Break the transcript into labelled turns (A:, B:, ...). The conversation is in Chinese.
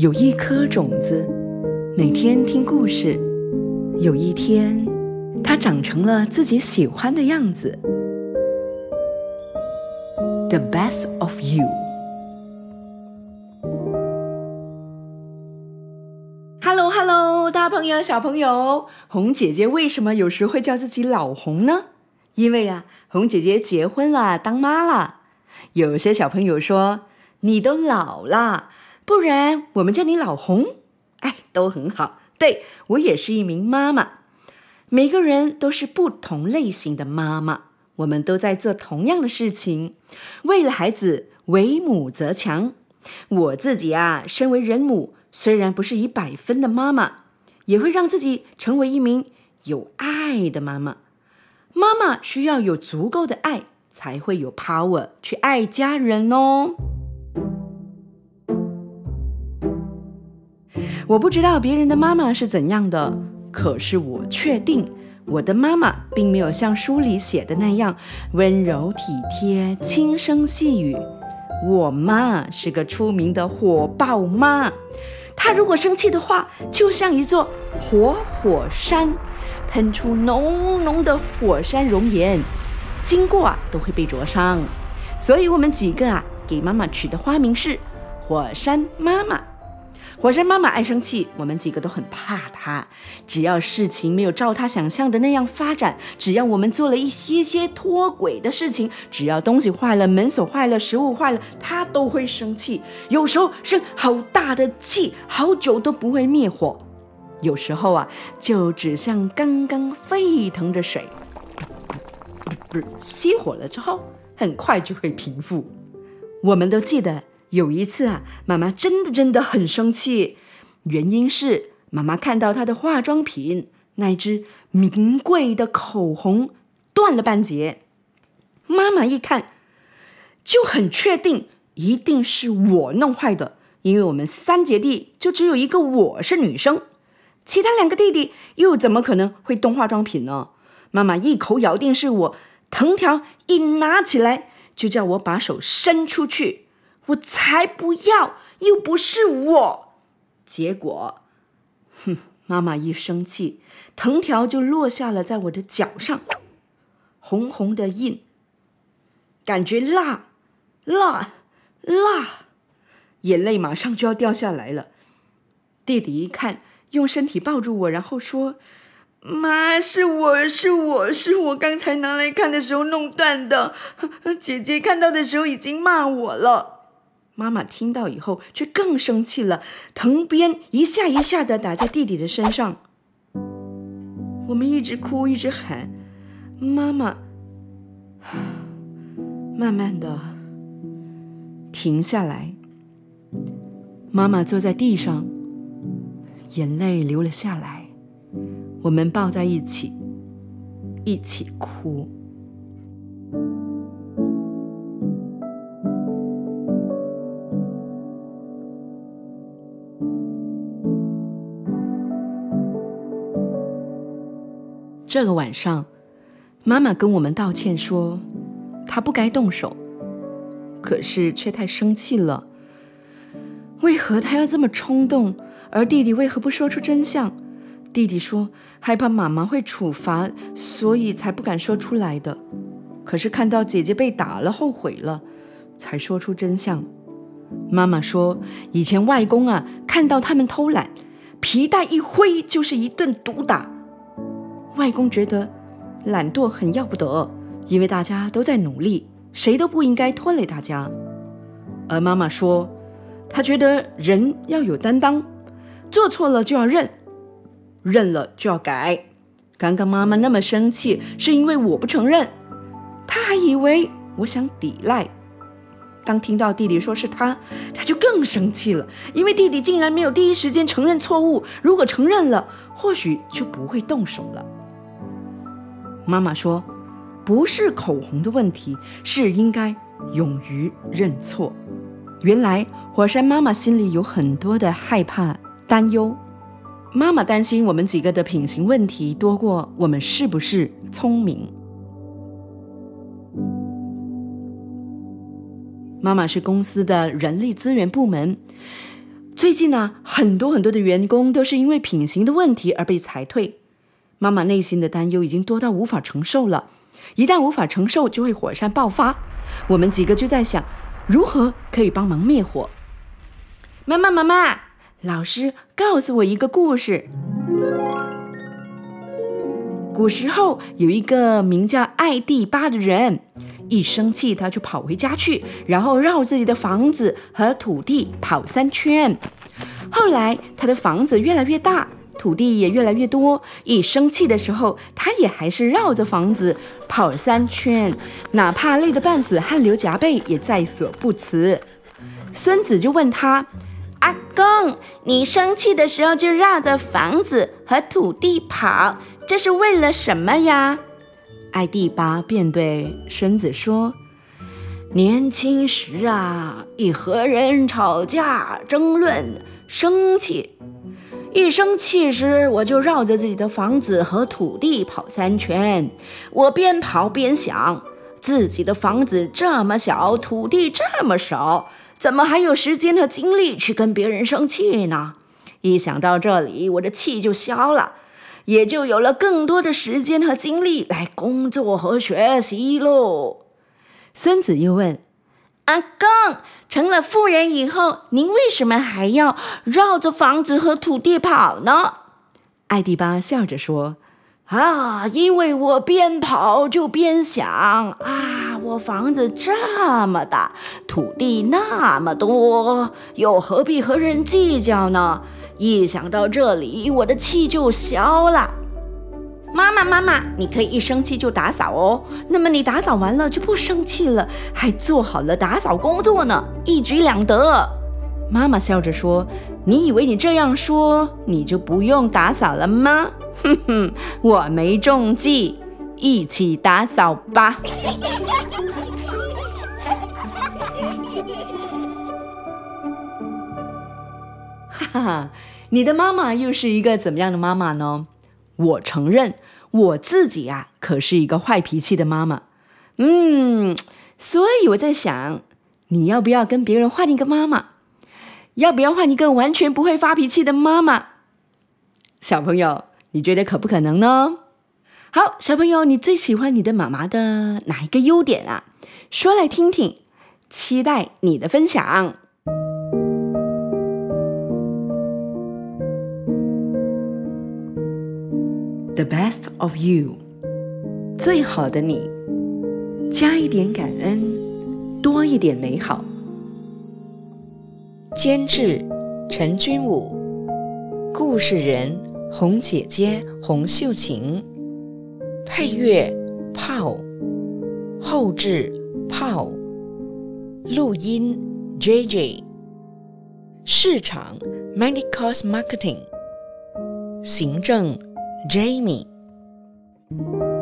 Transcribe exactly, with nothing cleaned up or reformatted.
A: 有一颗种子，每天听故事，有一天它长成了自己喜欢的样子。 The best of you。 Hello Hello， 大朋友小朋友，红姐姐为什么有时会叫自己老红呢？因为啊，红姐姐结婚了，当妈了。有些小朋友说，你都老了，不然我们叫你老红。哎，都很好。对，我也是一名妈妈。每个人都是不同类型的妈妈，我们都在做同样的事情，为了孩子，为母则强。我自己啊，身为人母，虽然不是一百分的妈妈，也会让自己成为一名有爱的妈妈。妈妈需要有足够的爱，才会有 power 去爱家人哦。我不知道别人的妈妈是怎样的，可是我确定我的妈妈并没有像书里写的那样温柔体贴、轻声细语。我妈是个出名的火爆妈，她如果生气的话，就像一座活火山，喷出浓浓的火山熔岩，经过啊都会被灼伤。所以我们几个啊给妈妈取的花名是火山妈妈。火山妈妈爱生气，我们几个都很怕她。只要事情没有照她想象的那样发展，只要我们做了一些些脱轨的事情，只要东西坏了、门锁坏了、食物坏了，她都会生气。有时候生好大的气，好久都不会灭火。有时候啊，就只像刚刚沸腾的水，熄火了之后，很快就会平复。我们都记得有一次啊，妈妈真的真的很生气，原因是妈妈看到她的化妆品那支名贵的口红断了半截。妈妈一看就很确定一定是我弄坏的，因为我们三姐弟就只有一个我是女生，其他两个弟弟又怎么可能会动化妆品呢？妈妈一口咬定是我，藤条一拿起来就叫我把手伸出去，我才不要，又不是我。结果，哼，妈妈一生气，藤条就落下了在我的脚上，红红的印，感觉辣，辣，辣，眼泪马上就要掉下来了。弟弟一看，用身体抱住我，然后说：“妈，是我是我是我刚才拿来看的时候弄断的，姐姐看到的时候已经骂我了。”妈妈听到以后却更生气了，藤鞭一下一下的打在弟弟的身上。我们一直哭一直喊，妈妈慢慢的停下来。妈妈坐在地上，眼泪流了下来，我们抱在一起，一起哭。这个晚上，妈妈跟我们道歉说，她不该动手，可是却太生气了。为何她要这么冲动？而弟弟为何不说出真相？弟弟说害怕妈妈会处罚，所以才不敢说出来的。可是看到姐姐被打了，后悔了，才说出真相。妈妈说，以前外公啊，看到他们偷懒，皮带一挥就是一顿毒打。外公觉得懒惰很要不得，因为大家都在努力，谁都不应该拖累大家。而妈妈说，她觉得人要有担当，做错了就要认，认了就要改。刚刚妈妈那么生气，是因为我不承认，她还以为我想抵赖。当听到弟弟说是他，他就更生气了，因为弟弟竟然没有第一时间承认错误，如果承认了，或许就不会动手了。妈妈说，不是口红的问题，是应该勇于认错。原来火山妈妈心里有很多的害怕、担忧。妈妈担心我们几个的品行问题多过我们是不是聪明。妈妈是公司的人力资源部门， 最近呢，很多很多的员工都是因为品行的问题而被裁退。妈妈内心的担忧已经多到无法承受了，一旦无法承受，就会火山爆发。我们几个就在想，如何可以帮忙灭火。妈妈妈妈，老师告诉我一个故事。古时候有一个名叫艾地巴的人，一生气他就跑回家去，然后绕自己的房子和土地跑三圈。后来他的房子越来越大，土地也越来越多，一生气的时候他也还是绕着房子跑三圈，哪怕累得半死，汗流浃背也在所不辞。孙子就问他，阿公，你生气的时候就绕着房子和土地跑，这是为了什么呀？艾地巴便对孙子说，年轻时啊，一和人吵架争论生气，一生气时我就绕着自己的房子和土地跑三圈。我边跑边想，自己的房子这么小，土地这么少，怎么还有时间和精力去跟别人生气呢？一想到这里，我的气就消了，也就有了更多的时间和精力来工作和学习喽。孙子又问，阿公，成了富人以后，您为什么还要绕着房子和土地跑呢？艾地巴笑着说，啊，因为我边跑就边想啊，我房子这么大，土地那么多，又何必和人计较呢？一想到这里，我的气就消了。妈妈妈妈，你可以一生气就打扫哦，那么你打扫完了就不生气了，还做好了打扫工作呢，一举两得。妈妈笑着说，你以为你这样说你就不用打扫了吗？哼哼，我没中计，一起打扫吧。哈哈，你的妈妈又是一个怎么样的妈妈呢？我承认我自己啊，可是一个坏脾气的妈妈。嗯，所以我在想，你要不要跟别人换一个妈妈？要不要换一个完全不会发脾气的妈妈？小朋友，你觉得可不可能呢？好，小朋友，你最喜欢你的妈妈的哪一个优点啊？说来听听，期待你的分享。The best of you， 最好的你，加一点感恩，多一点美好。监制陈君武，故事人洪姐姐洪秀琴，配乐炮，后制炮，录音 J J， 市场 Medicos Marketing， 行政Jamie。